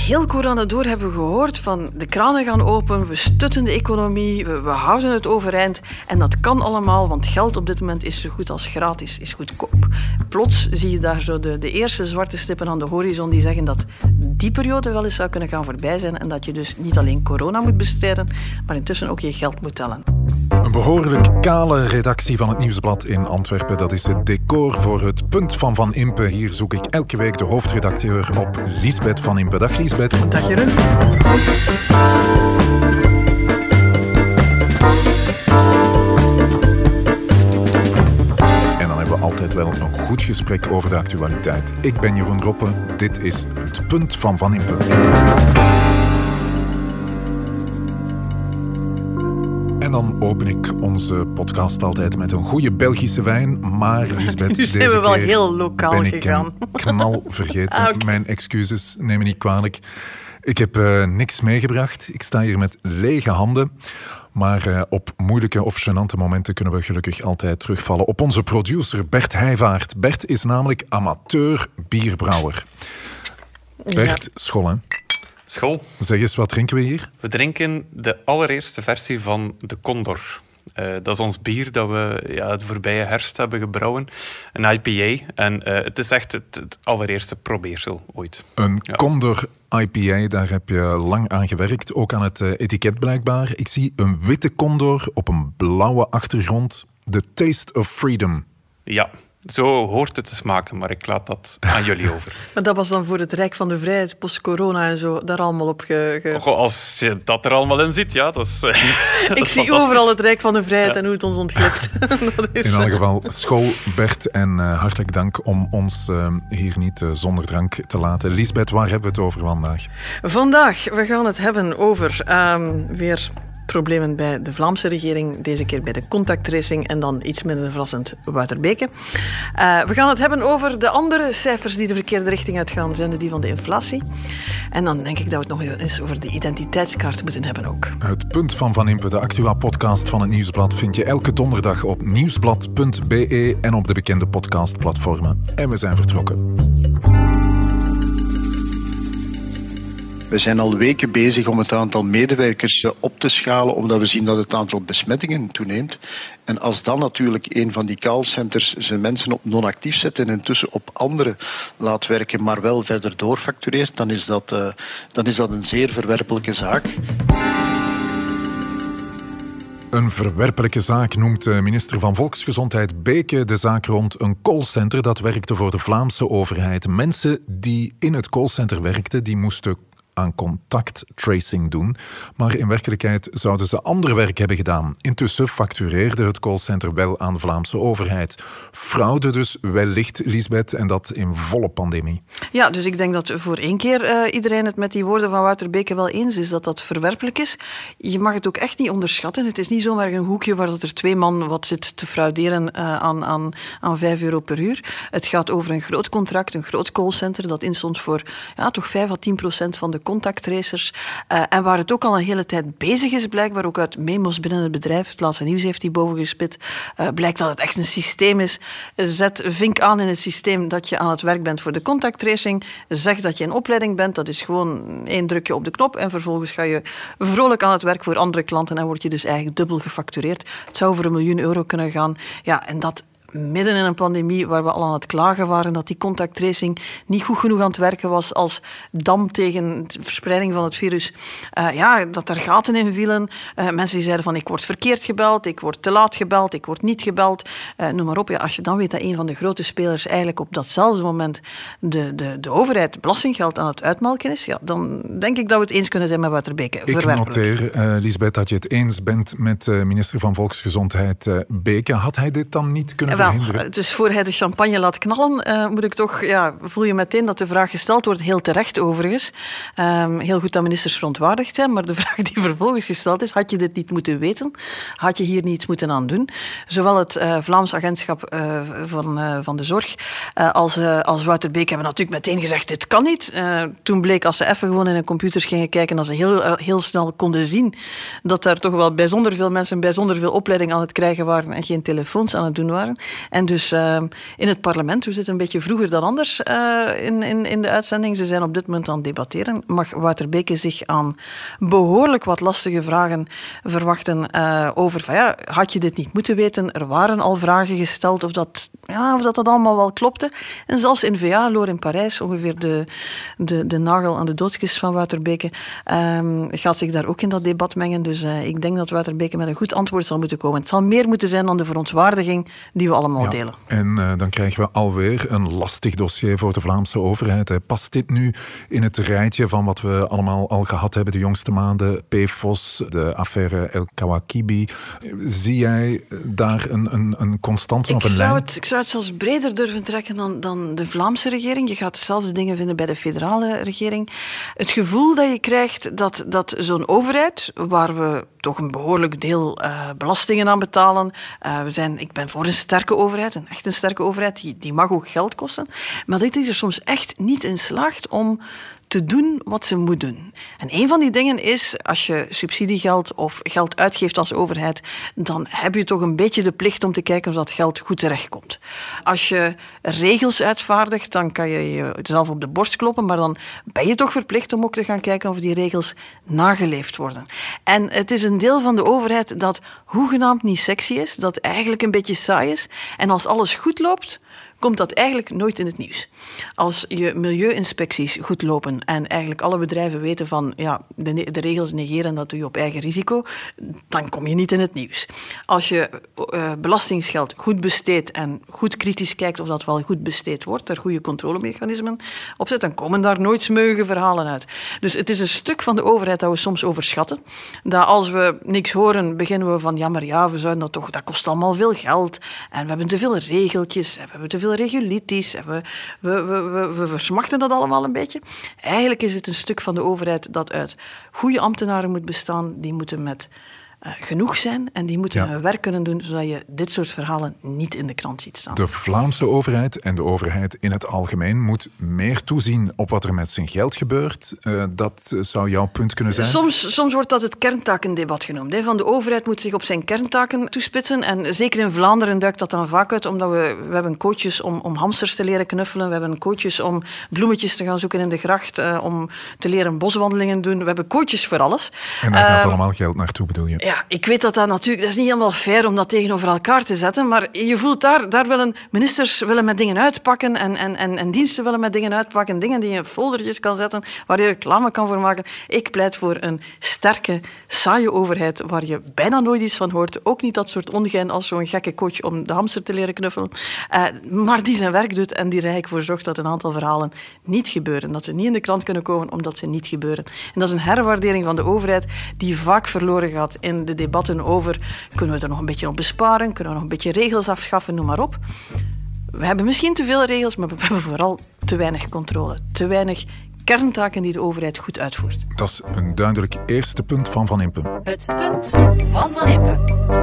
heel courant door hebben we gehoord van de kranen gaan open, we stutten de economie, we houden het overeind. En dat kan allemaal, want geld op dit moment is zo goed als gratis, is goedkoop. Plots zie je daar zo de eerste zwarte stippen aan de horizon die zeggen dat die periode wel eens zou kunnen gaan voorbij zijn en dat je dus niet alleen corona moet bestrijden, maar intussen ook je geld moet tellen. Een behoorlijk kale redactie van het Nieuwsblad in Antwerpen. Dat is het decor voor het Punt van Van Impe. Hier zoek ik elke week de hoofdredacteur op, Liesbeth Van Impe. Dag Liesbeth. Dag Jeroen. En dan hebben we altijd wel een goed gesprek over de actualiteit. Ik ben Jeroen Roppe. Dit is het Punt van Van Impe. En dan open ik onze podcast altijd met een goede Belgische wijn. Maar Liesbeth, nu zijn we wel heel lokaal gegaan. Knal vergeten. Okay. Mijn excuses, neem me niet kwalijk. Ik heb niks meegebracht. Ik sta hier met lege handen. Maar op moeilijke of gênante momenten kunnen we gelukkig altijd terugvallen op onze producer Bert Heijvaart. Bert is namelijk amateur bierbrouwer. Bert, ja. School hè? School. Zeg eens, wat drinken we hier? We drinken de allereerste versie van de Condor. Dat is ons bier dat we de voorbije herfst hebben gebrouwen. Een IPA. En het is echt het allereerste probeersel ooit. Een Condor IPA, daar heb je lang aan gewerkt. Ook aan het etiket blijkbaar. Ik zie een witte Condor op een blauwe achtergrond. The Taste of Freedom. Ja. Zo hoort het te smaken, maar ik laat dat aan jullie over. Maar dat was dan voor het Rijk van de Vrijheid, post-corona en zo, daar allemaal op als je dat er allemaal in ziet, ja, dat is ik zie overal het Rijk van de Vrijheid en hoe het ons ontglipt. In elk geval, school, Bert, en hartelijk dank om ons hier niet zonder drank te laten. Liesbeth, waar hebben we het over vandaag? Vandaag, we gaan het hebben over weer problemen bij de Vlaamse regering, deze keer bij de contacttracing en dan iets minder verrassend Wouter Beke. We gaan het hebben over de andere cijfers die de verkeerde richting uitgaan, zijn die van de inflatie. En dan denk ik dat we het nog eens over de identiteitskaart moeten hebben ook. Het Punt van Van Impe, de Actua-podcast van het Nieuwsblad, vind je elke donderdag op nieuwsblad.be en op de bekende podcastplatformen. En we zijn vertrokken. We zijn al weken bezig om het aantal medewerkers op te schalen, omdat we zien dat het aantal besmettingen toeneemt. En als dan natuurlijk een van die callcenters zijn mensen op non-actief zet en intussen op andere laat werken, maar wel verder doorfactureert, dan is dat een zeer verwerpelijke zaak. Een verwerpelijke zaak noemt minister van Volksgezondheid Beke de zaak rond een callcenter dat werkte voor de Vlaamse overheid. Mensen die in het callcenter werkten, die moesten aan contacttracing doen, maar in werkelijkheid zouden ze ander werk hebben gedaan. Intussen factureerde het callcenter wel aan de Vlaamse overheid. Fraude dus wellicht, Liesbeth, en dat in volle pandemie. Ja, dus ik denk dat voor één keer iedereen het met die woorden van Wouter Beke wel eens is, dat dat verwerpelijk is. Je mag het ook echt niet onderschatten. Het is niet zomaar een hoekje waar er 2 man wat zit te frauderen aan €5 per uur. Het gaat over een groot contract, een groot callcenter dat instond voor toch 5 à 10% van de contacttracers. En waar het ook al een hele tijd bezig is, blijkbaar ook uit memo's binnen het bedrijf, het laatste nieuws heeft die boven gespit, blijkt dat het echt een systeem is. Vink aan in het systeem dat je aan het werk bent voor de contacttracing. Zeg dat je in opleiding bent. Dat is gewoon 1 drukje op de knop en vervolgens ga je vrolijk aan het werk voor andere klanten en word je dus eigenlijk dubbel gefactureerd. Het zou over €1 miljoen kunnen gaan. Ja, en dat midden in een pandemie waar we al aan het klagen waren dat die contacttracing niet goed genoeg aan het werken was als dam tegen de verspreiding van het virus. Dat er gaten in vielen. Mensen die zeiden van ik word verkeerd gebeld, ik word te laat gebeld, ik word niet gebeld. Noem maar op. Ja, als je dan weet dat een van de grote spelers eigenlijk op datzelfde moment de overheid belastinggeld aan het uitmelken is, ja, dan denk ik dat we het eens kunnen zijn met Wouter Beke. Ik noteer, Liesbeth, dat je het eens bent met minister van Volksgezondheid Beke. Had hij dit dan niet kunnen verhinderen? Dus voor hij de champagne laat knallen, moet ik toch, voel je meteen dat de vraag gesteld wordt, heel terecht overigens. Heel goed dat ministers verontwaardigd zijn, maar de vraag die vervolgens gesteld is, had je dit niet moeten weten? Had je hier niets moeten aan doen? Zowel het Vlaams Agentschap van de Zorg als Wouter Beke hebben natuurlijk meteen gezegd, dit kan niet. Toen bleek, als ze even gewoon in een computers gingen kijken, dat ze heel snel konden zien dat daar toch wel bijzonder veel mensen bijzonder veel opleiding aan het krijgen waren en geen telefoons aan het doen waren. En dus in het parlement, we zitten een beetje vroeger dan anders in de uitzending. Ze zijn op dit moment aan het debatteren. Mag Wouter Beke zich aan behoorlijk wat lastige vragen verwachten over had je dit niet moeten weten? Er waren al vragen gesteld of dat allemaal wel klopte. En zelfs N-VA, Loor in Parijs, ongeveer de nagel aan de doodskist van Wouter Beke, gaat zich daar ook in dat debat mengen. Dus ik denk dat Wouter Beke met een goed antwoord zal moeten komen. Het zal meer moeten zijn dan de verontwaardiging die we allemaal delen. En dan krijgen we alweer een lastig dossier voor de Vlaamse overheid. Past dit nu in het rijtje van wat we allemaal al gehad hebben de jongste maanden? PFOS, de affaire El Kawakibi. Zie jij daar een constante of een lijn? Ik zou het zelfs breder durven trekken dan de Vlaamse regering. Je gaat dezelfde dingen vinden bij de federale regering. Het gevoel dat je krijgt dat zo'n overheid, waar we toch een behoorlijk deel belastingen aan betalen. Ik ben voor een sterke overheid, een sterke overheid, die mag ook geld kosten. Maar dit is er soms echt niet in slaagt om te doen wat ze moet doen. En een van die dingen is, als je subsidiegeld of geld uitgeeft als overheid, dan heb je toch een beetje de plicht om te kijken of dat geld goed terechtkomt. Als je regels uitvaardigt, dan kan je jezelf op de borst kloppen, maar dan ben je toch verplicht om ook te gaan kijken of die regels nageleefd worden. En het is een deel van de overheid dat hoegenaamd niet sexy is, dat eigenlijk een beetje saai is. En als alles goed loopt, komt dat eigenlijk nooit in het nieuws. Als je milieuinspecties goed lopen en eigenlijk alle bedrijven weten van de regels negeren, dat doe je op eigen risico, dan kom je niet in het nieuws. Als je belastingsgeld goed besteedt en goed kritisch kijkt of dat wel goed besteed wordt, er goede controlemechanismen op zet, dan komen daar nooit smeuïge verhalen uit. Dus het is een stuk van de overheid dat we soms overschatten. Dat als we niks horen, beginnen we van we zouden dat toch, dat kost allemaal veel geld en we hebben te veel regeltjes en we hebben te veel regulitis en we versmachten dat allemaal een beetje. Eigenlijk is het een stuk van de overheid dat uit goede ambtenaren moet bestaan, die moeten met genoeg zijn en die moeten hun werk kunnen doen, zodat je dit soort verhalen niet in de krant ziet staan. De Vlaamse overheid en de overheid in het algemeen moet meer toezien op wat er met zijn geld gebeurt. Dat zou jouw punt kunnen zijn? Soms wordt dat het kerntakendebat genoemd. Van de overheid moet zich op zijn kerntaken toespitsen en zeker in Vlaanderen duikt dat dan vaak uit, omdat we hebben coaches om hamsters te leren knuffelen, we hebben coaches om bloemetjes te gaan zoeken in de gracht, om te leren boswandelingen doen. We hebben coaches voor alles. En daar gaat allemaal geld naartoe, bedoel je? Ja, ik weet dat natuurlijk... Dat is niet helemaal fair om dat tegenover elkaar te zetten, maar je voelt daar willen ministers met dingen uitpakken en diensten willen met dingen uitpakken, dingen die je in foldertjes kan zetten, waar je reclame kan voor maken. Ik pleit voor een sterke, saaie overheid waar je bijna nooit iets van hoort. Ook niet dat soort ongein als zo'n gekke coach om de hamster te leren knuffelen. Maar die zijn werk doet en die er eigenlijk voor zorgt dat een aantal verhalen niet gebeuren. Dat ze niet in de krant kunnen komen omdat ze niet gebeuren. En dat is een herwaardering van de overheid die vaak verloren gaat in de debatten over, kunnen we er nog een beetje op besparen, kunnen we nog een beetje regels afschaffen, noem maar op. We hebben misschien te veel regels, maar we hebben vooral te weinig controle, te weinig kerntaken die de overheid goed uitvoert. Dat is een duidelijk eerste punt van Van Impe. Het punt van Van Impe.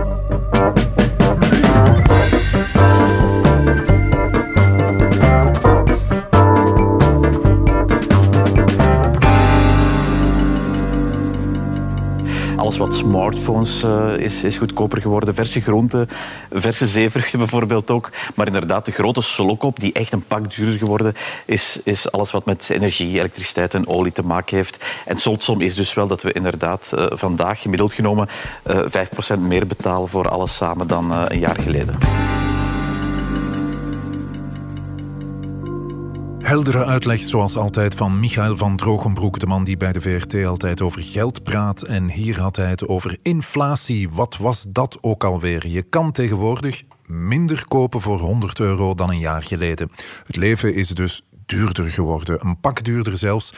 Alles wat smartphones is goedkoper geworden. Verse groenten, verse zeevruchten bijvoorbeeld ook. Maar inderdaad, de grote slokop, die echt een pak duurder geworden, is alles wat met energie, elektriciteit en olie te maken heeft. En het slotsom is dus wel dat we inderdaad vandaag gemiddeld genomen 5% meer betalen voor alles samen dan een jaar geleden. Heldere uitleg zoals altijd van Michael van Drogenbroek, de man die bij de VRT altijd over geld praat. En hier had hij het over inflatie. Wat was dat ook alweer? Je kan tegenwoordig minder kopen voor €100 dan een jaar geleden. Het leven is dus duurder geworden. Een pak duurder zelfs,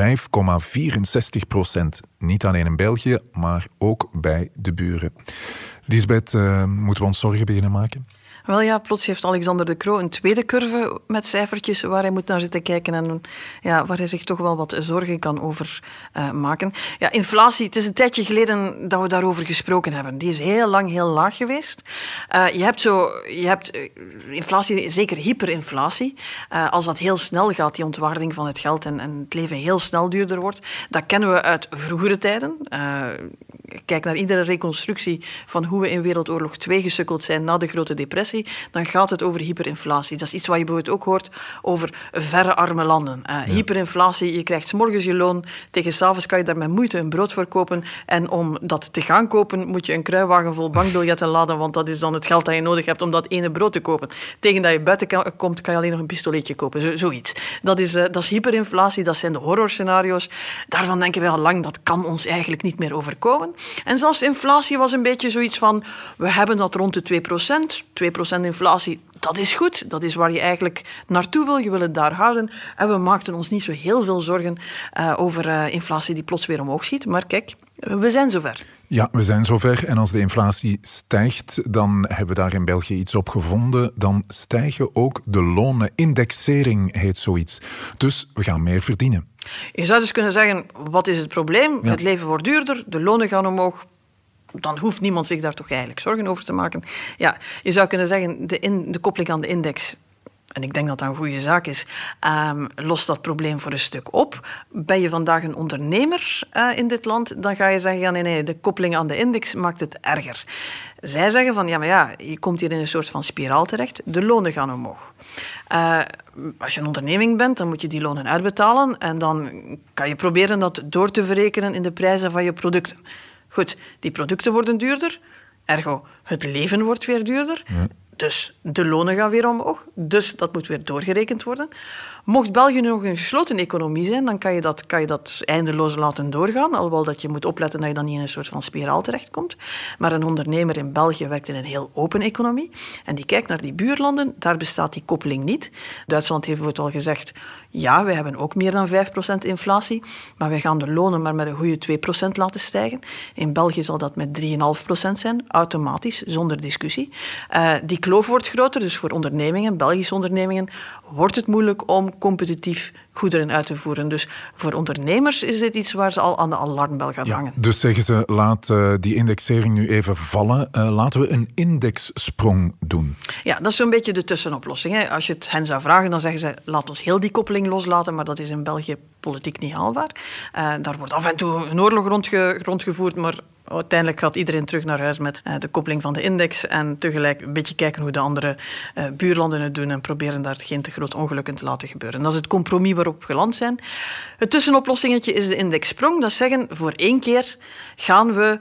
5,64%. Niet alleen in België, maar ook bij de buren. Lisbeth, moeten we ons zorgen beginnen maken? Wel ja, plots heeft Alexander De Croo een tweede curve met cijfertjes waar hij moet naar zitten kijken en waar hij zich toch wel wat zorgen kan over maken. Ja, inflatie, het is een tijdje geleden dat we daarover gesproken hebben. Die is heel lang heel laag geweest. Je hebt inflatie, zeker hyperinflatie. Als dat heel snel gaat, die ontwaarding van het geld en het leven heel snel duurder wordt, dat kennen we uit vroegere tijden. kijk naar iedere reconstructie van hoe we in Wereldoorlog 2 gesukkeld zijn na de Grote Depressie, dan gaat het over hyperinflatie. Dat is iets wat je bijvoorbeeld ook hoort over verre arme landen. Hyperinflatie, je krijgt 's morgens je loon, tegen 's avonds kan je daar met moeite een brood voor kopen en om dat te gaan kopen moet je een kruiwagen vol bankbiljetten laden, want dat is dan het geld dat je nodig hebt om dat ene brood te kopen. Tegen dat je buiten komt, kan je alleen nog een pistoletje kopen. Zoiets. Dat is hyperinflatie, dat zijn de horrorscenario's. Daarvan denken wij al lang, dat kan ons eigenlijk niet meer overkomen. En zelfs inflatie was een beetje zoiets van, we hebben dat rond de 2%. 2% inflatie, dat is goed. Dat is waar je eigenlijk naartoe wil. Je wil het daar houden. En we maakten ons niet zo heel veel zorgen over inflatie die plots weer omhoog schiet. Maar kijk, we zijn zover. Ja, we zijn zover. En als de inflatie stijgt, dan hebben we daar in België iets op gevonden. Dan stijgen ook de lonen. Indexering heet zoiets. Dus we gaan meer verdienen. Je zou dus kunnen zeggen, wat is het probleem? Ja. Het leven wordt duurder, de lonen gaan omhoog. Dan hoeft niemand zich daar toch eigenlijk zorgen over te maken. Ja, je zou kunnen zeggen, de koppeling aan de index, en ik denk dat dat een goede zaak is, lost dat probleem voor een stuk op. Ben je vandaag een ondernemer in dit land, dan ga je zeggen, ja, nee, de koppeling aan de index maakt het erger. Zij zeggen van, je komt hier in een soort van spiraal terecht, de lonen gaan omhoog. Als je een onderneming bent, dan moet je die lonen uitbetalen en dan kan je proberen dat door te verrekenen in de prijzen van je producten. Goed, die producten worden duurder, ergo het leven wordt weer duurder. Ja. Dus de lonen gaan weer omhoog. Dus dat moet weer doorgerekend worden. Mocht België nu nog een gesloten economie zijn, dan kan je dat eindeloos laten doorgaan. Alhoewel dat je moet opletten dat je dan niet in een soort van spiraal terechtkomt. Maar een ondernemer in België werkt in een heel open economie. En die kijkt naar die buurlanden, daar bestaat die koppeling niet. Duitsland heeft bijvoorbeeld al gezegd, ja, wij hebben ook meer dan 5% inflatie, maar wij gaan de lonen maar met een goede 2% laten stijgen. In België zal dat met 3,5% zijn, automatisch, zonder discussie. Die kloof wordt groter, dus voor ondernemingen, Belgische ondernemingen, wordt het moeilijk om competitief goederen uit te voeren. Dus voor ondernemers is dit iets waar ze al aan de alarmbel gaan hangen. Dus zeggen ze, laat die indexering nu even vallen. Laten we een indexsprong doen. Ja, dat is zo'n beetje de tussenoplossing. Hè. Als je het hen zou vragen, dan zeggen ze, laat ons heel die koppeling loslaten, maar dat is in België politiek niet haalbaar. Daar wordt af en toe een oorlog rondgevoerd, maar uiteindelijk gaat iedereen terug naar huis met de koppeling van de index en tegelijk een beetje kijken hoe de andere buurlanden het doen en proberen daar geen te groot ongelukken te laten gebeuren. Dat is het compromis waarop we geland zijn. Het tussenoplossingetje is de indexsprong. Dat zeggen, voor 1 keer gaan we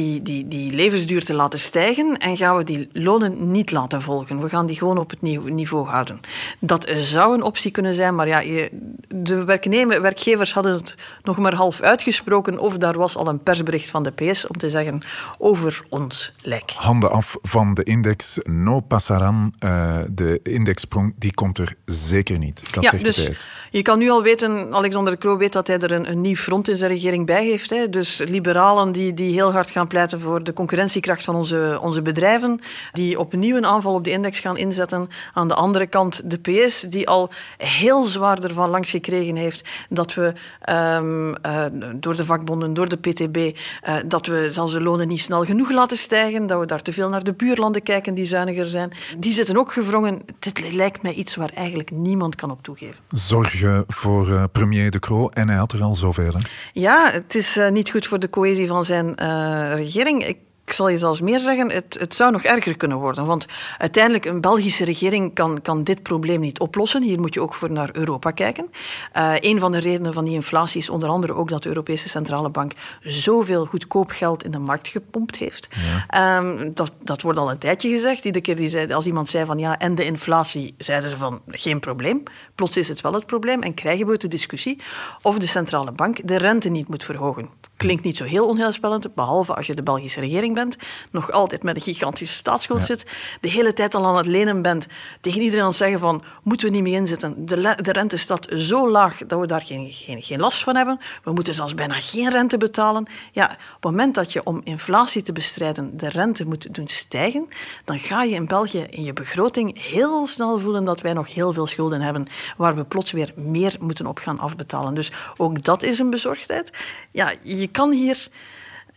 die levensduurte laten stijgen en gaan we die lonen niet laten volgen. We gaan die gewoon op het niveau houden. Dat zou een optie kunnen zijn, maar ja, de werkgevers hadden het nog maar half uitgesproken of daar was al een persbericht van de PS om te zeggen over ons lijk. Handen af van de index. No passaran. De indexsprong, die komt er zeker niet. Dat zegt dus de PS. Je kan nu al weten, Alexander De Croo weet dat hij er een nieuw front in zijn regering bij heeft. Hè. Dus liberalen die heel hard gaan pleiten voor de concurrentiekracht van onze bedrijven, die opnieuw een aanval op de index gaan inzetten. Aan de andere kant de PS, die al heel zwaar ervan langs gekregen heeft dat we door de vakbonden, door de PTB, dat we zelfs de lonen niet snel genoeg laten stijgen, dat we daar te veel naar de buurlanden kijken die zuiniger zijn. Die zitten ook gewrongen. Dit lijkt mij iets waar eigenlijk niemand kan op toegeven. Zorgen voor premier De Croo, en hij had er al zoveel. Hè? Ja, het is niet goed voor de cohesie van zijn regering. Ik zal je zelfs meer zeggen, het zou nog erger kunnen worden. Want uiteindelijk, een Belgische regering kan dit probleem niet oplossen. Hier moet je ook voor naar Europa kijken. Een van de redenen van die inflatie is onder andere ook dat de Europese Centrale Bank zoveel goedkoop geld in de markt gepompt heeft. Ja. Dat wordt al een tijdje gezegd. Iedere keer als iemand zei van ja, en de inflatie, zeiden ze van geen probleem. Plots is het wel het probleem en krijgen we de discussie of de Centrale Bank de rente niet moet verhogen. Klinkt niet zo heel onheilspellend, behalve als je de Belgische regering bent, nog altijd met een gigantische staatsschuld zit, de hele tijd al aan het lenen bent, tegen iedereen aan het zeggen van, moeten we niet mee inzetten. De rente staat zo laag dat we daar geen last van hebben. We moeten zelfs bijna geen rente betalen. Ja, op het moment dat je om inflatie te bestrijden de rente moet doen stijgen, dan ga je in België in je begroting heel snel voelen dat wij nog heel veel schulden hebben, waar we plots weer meer moeten op gaan afbetalen. Dus ook dat is een bezorgdheid. Ja, je kan hier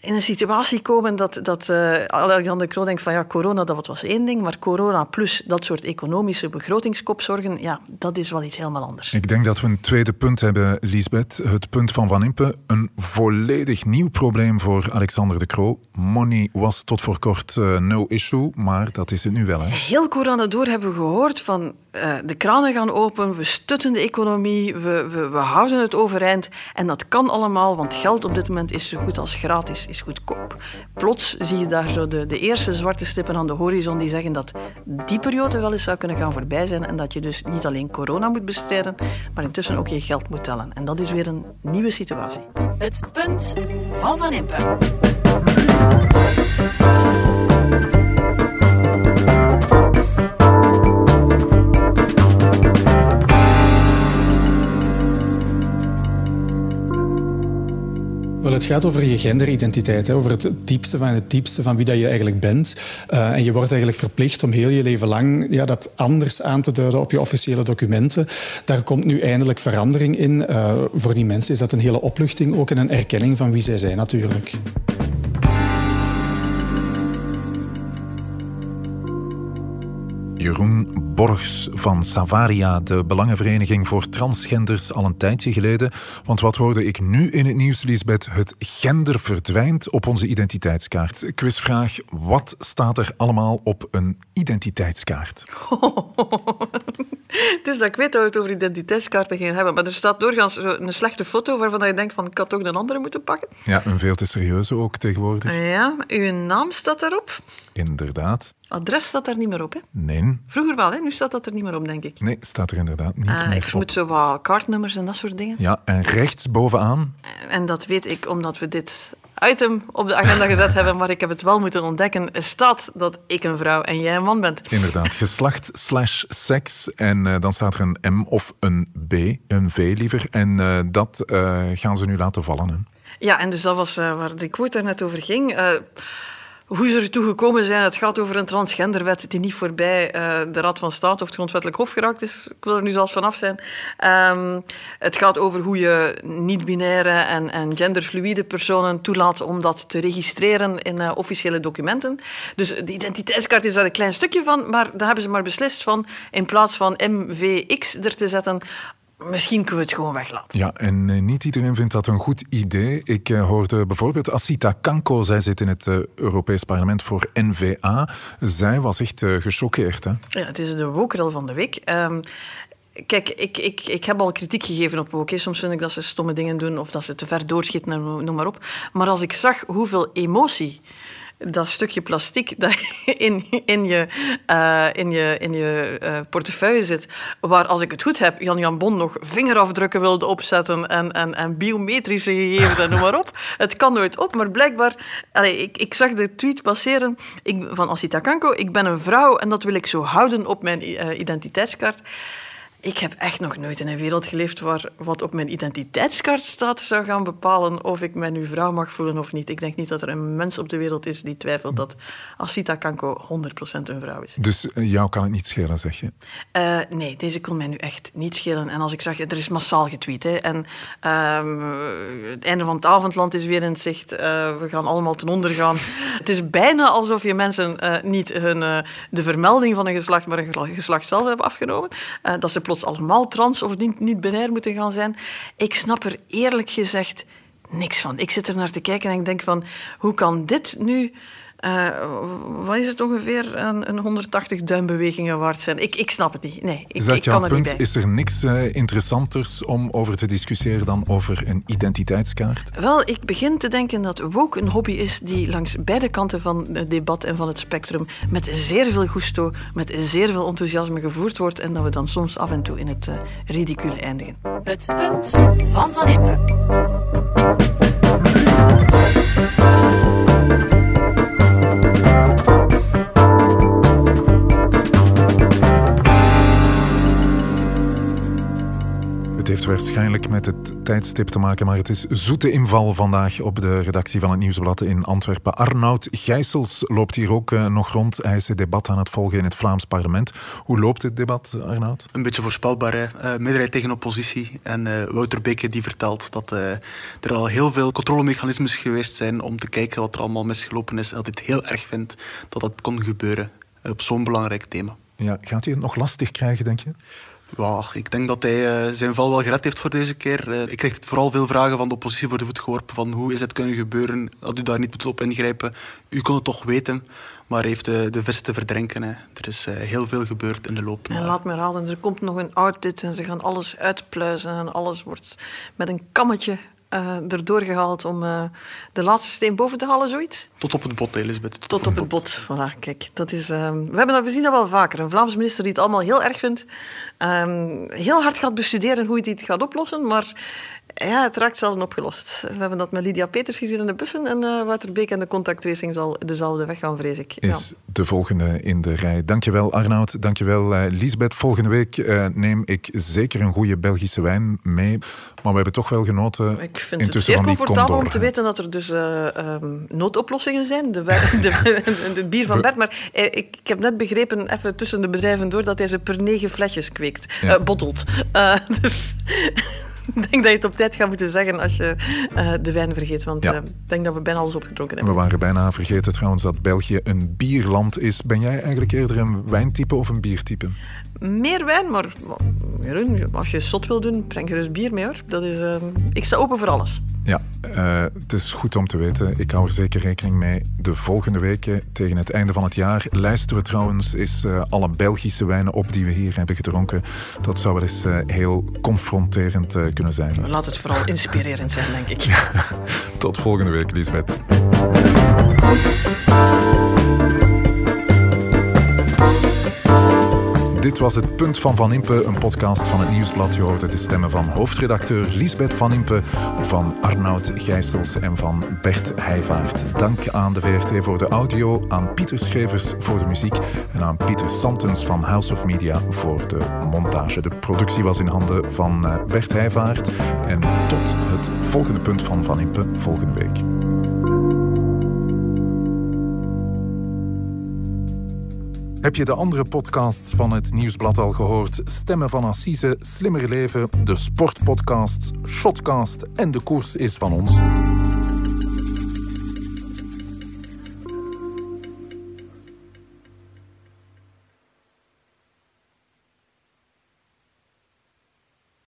in een situatie komen dat Alexander Croo denkt van ja, corona, dat was één ding, maar corona plus dat soort economische begrotingskopzorgen, ja, dat is wel iets helemaal anders. Ik denk dat we een tweede punt hebben, Liesbeth. Het punt van Van Impe. Een volledig nieuw probleem voor Alexander de Croo. Money was tot voor kort no issue, maar dat is het nu wel. Hè? Heel corona door hebben we gehoord van de kranen gaan open, we stutten de economie, we houden het overeind. En dat kan allemaal, want geld op dit moment is zo goed als gratis, is goedkoop. Plots zie je daar zo de eerste zwarte stippen aan de horizon die zeggen dat die periode wel eens zou kunnen gaan voorbij zijn en dat je dus niet alleen corona moet bestrijden, maar intussen ook je geld moet tellen. En dat is weer een nieuwe situatie. Het punt van Van Impe. Wel, het gaat over je genderidentiteit, over het diepste van wie dat je eigenlijk bent. En je wordt eigenlijk verplicht om heel je leven lang dat anders aan te duiden op je officiële documenten. Daar komt nu eindelijk verandering in. Voor die mensen is dat een hele opluchting ook en een erkenning van wie zij zijn natuurlijk. Jeroen Borgs van Savaria, de Belangenvereniging voor Transgenders, al een tijdje geleden. Want wat hoorde ik nu in het nieuws, Liesbeth? Het gender verdwijnt op onze identiteitskaart. Quizvraag, wat staat er allemaal op een identiteitskaart? Het is dat ik weet dat we het over identiteitskaarten gaan hebben, maar er staat doorgaans een slechte foto waarvan je denkt van ik had toch een andere moeten pakken. Ja, een veel te serieuze ook tegenwoordig. Ja, uw naam staat daarop. Inderdaad. Adres staat daar niet meer op, hè? Nee. Vroeger wel, hè? Nu staat dat er niet meer op, denk ik. Nee, staat er inderdaad niet meer ik moet zo wat kaartnummers en dat soort dingen. Ja, en rechts bovenaan. En dat weet ik omdat we dit item op de agenda gezet hebben, maar ik heb het wel moeten ontdekken. Er staat dat ik een vrouw en jij een man bent. Inderdaad, geslacht/seks. En dan staat er een M of een B, een V liever. En dat gaan ze nu laten vallen. Hè. Ja, en dus dat was waar de quote daar net over ging. Hoe ze ertoe gekomen zijn, het gaat over een transgenderwet die niet voorbij de Raad van State of het Grondwettelijk Hof geraakt is. Ik wil er nu zelfs vanaf zijn. Het gaat over hoe je niet-binaire en genderfluïde personen toelaat om dat te registreren in officiële documenten. Dus de identiteitskaart is daar een klein stukje van, maar daar hebben ze maar beslist van in plaats van MVX er te zetten. Misschien kunnen we het gewoon weglaten. Ja, en niet iedereen vindt dat een goed idee. Ik hoorde bijvoorbeeld Asita Kanko, zij zit in het Europees Parlement voor N-VA. Zij was echt gechoqueerd. Hè? Ja, het is de wokerel van de week. Kijk, ik heb al kritiek gegeven op woke. Soms vind ik dat ze stomme dingen doen of dat ze te ver doorschieten, noem maar op. Maar als ik zag hoeveel emotie dat stukje plastic dat in je portefeuille zit, waar, als ik het goed heb, Jan Bon nog vingerafdrukken wilde opzetten en biometrische gegevens en noem maar op. Het kan nooit op, maar blijkbaar... Ik zag de tweet passeren van Asita Kanko. Ik ben een vrouw en dat wil ik zo houden op mijn identiteitskaart. Ik heb echt nog nooit in een wereld geleefd waar wat op mijn identiteitskaart staat zou gaan bepalen of ik mij nu vrouw mag voelen of niet. Ik denk niet dat er een mens op de wereld is die twijfelt dat Asita Kanko 100% een vrouw is. Dus jou kan het niet schelen, zeg je? Nee, deze kon mij nu echt niet schelen. En als ik zag, er is massaal getweet. Hè. En het einde van het avondland is weer in zicht. We gaan allemaal ten onder gaan. Het is bijna alsof je mensen niet de vermelding van een geslacht, maar een geslacht zelf hebben afgenomen. Dat ze plots allemaal trans of niet binair moeten gaan zijn. Ik snap er eerlijk gezegd niks van. Ik zit er naar te kijken en ik denk van, hoe kan dit nu... wat is het ongeveer? Een 180 duimbewegingen waard zijn. Ik snap het niet. Nee, is dat ik jouw kan er punt? niet bij. Is er niks interessanters om over te discussiëren dan over een identiteitskaart? Wel, ik begin te denken dat woke een hobby is die langs beide kanten van het debat en van het spectrum met zeer veel gusto, met zeer veel enthousiasme gevoerd wordt en dat we dan soms af en toe in het ridicule eindigen. Het punt van Van Impe. Het heeft waarschijnlijk met het tijdstip te maken, maar het is zoete inval vandaag op de redactie van het Nieuwsblad in Antwerpen. Arnoud Gijsels loopt hier ook nog rond. Hij is het debat aan het volgen in het Vlaams parlement. Hoe loopt dit debat, Arnoud? Een beetje voorspelbaar, hè. Meerderheid tegen oppositie. En Wouter Beke die vertelt dat er al heel veel controlemechanismes geweest zijn om te kijken wat er allemaal misgelopen is. En dat hij het heel erg vindt dat dat kon gebeuren op zo'n belangrijk thema. Ja, gaat hij het nog lastig krijgen, denk je? Ja, ik denk dat hij zijn val wel gered heeft voor deze keer. Ik kreeg vooral veel vragen van de oppositie voor de voet geworpen. Van hoe is het kunnen gebeuren? Had u daar niet moeten op ingrijpen? U kon het toch weten, maar hij heeft de vis te verdrinken. Hè. Er is heel veel gebeurd in de loop. En laat me herhalen, er komt nog een audit en ze gaan alles uitpluizen en alles wordt met een kammetje erdoor gehaald om de laatste steen boven te halen, zoiets? Tot op het bot, Elisabeth. Tot op het bot. Voilà, kijk, dat is, we zien dat wel vaker. Een Vlaamse minister die het allemaal heel erg vindt, heel hard gaat bestuderen hoe hij het gaat oplossen, maar ja, het raakt zelden opgelost. We hebben dat met Lydia Peters gezien in de bussen en Wouter Beek en de contacttracing zal dezelfde weg gaan, vrees ik. Is de volgende in de rij. Dankjewel Arnoud, dankjewel Liesbeth. Volgende week neem ik zeker een goede Belgische wijn mee, maar we hebben toch wel genoten. Ik vind het zeer comfortabel om te weten dat er dus noodoplossingen zijn. De bier van Bert, maar ik heb net begrepen, even tussen de bedrijven door, dat hij ze per 9 flesjes kweekt, bottelt. Dus... Ik denk dat je het op tijd gaat moeten zeggen als je de wijn vergeet. Want ik denk dat we bijna alles opgedronken hebben. We waren bijna vergeten trouwens dat België een bierland is. Ben jij eigenlijk eerder een wijntype of een biertype? Meer wijn, maar als je zot wil doen, breng gerust bier mee, hoor. Dat is, ik sta open voor alles. Ja, het is goed om te weten. Ik hou er zeker rekening mee. De volgende weken, tegen het einde van het jaar, lijsten we trouwens eens alle Belgische wijnen op die we hier hebben gedronken. Dat zou wel eens heel confronterend kunnen zijn. Laat het vooral inspirerend zijn, denk ik. Tot volgende week, Liesbeth. Dit was het Punt van Van Impe, een podcast van het Nieuwsblad. Je hoorde de stemmen van hoofdredacteur Liesbeth Van Impe, van Arnoud Gijsels en van Bert Heijvaart. Dank aan de VRT voor de audio, aan Pieter Schrevers voor de muziek en aan Pieter Santens van House of Media voor de montage. De productie was in handen van Bert Heijvaart. En tot het volgende Punt van Van Impe volgende week. Heb je de andere podcasts van het Nieuwsblad al gehoord? Stemmen van Assise, Slimmer Leven, de Sportpodcasts, Shotcast en De Koers is van ons.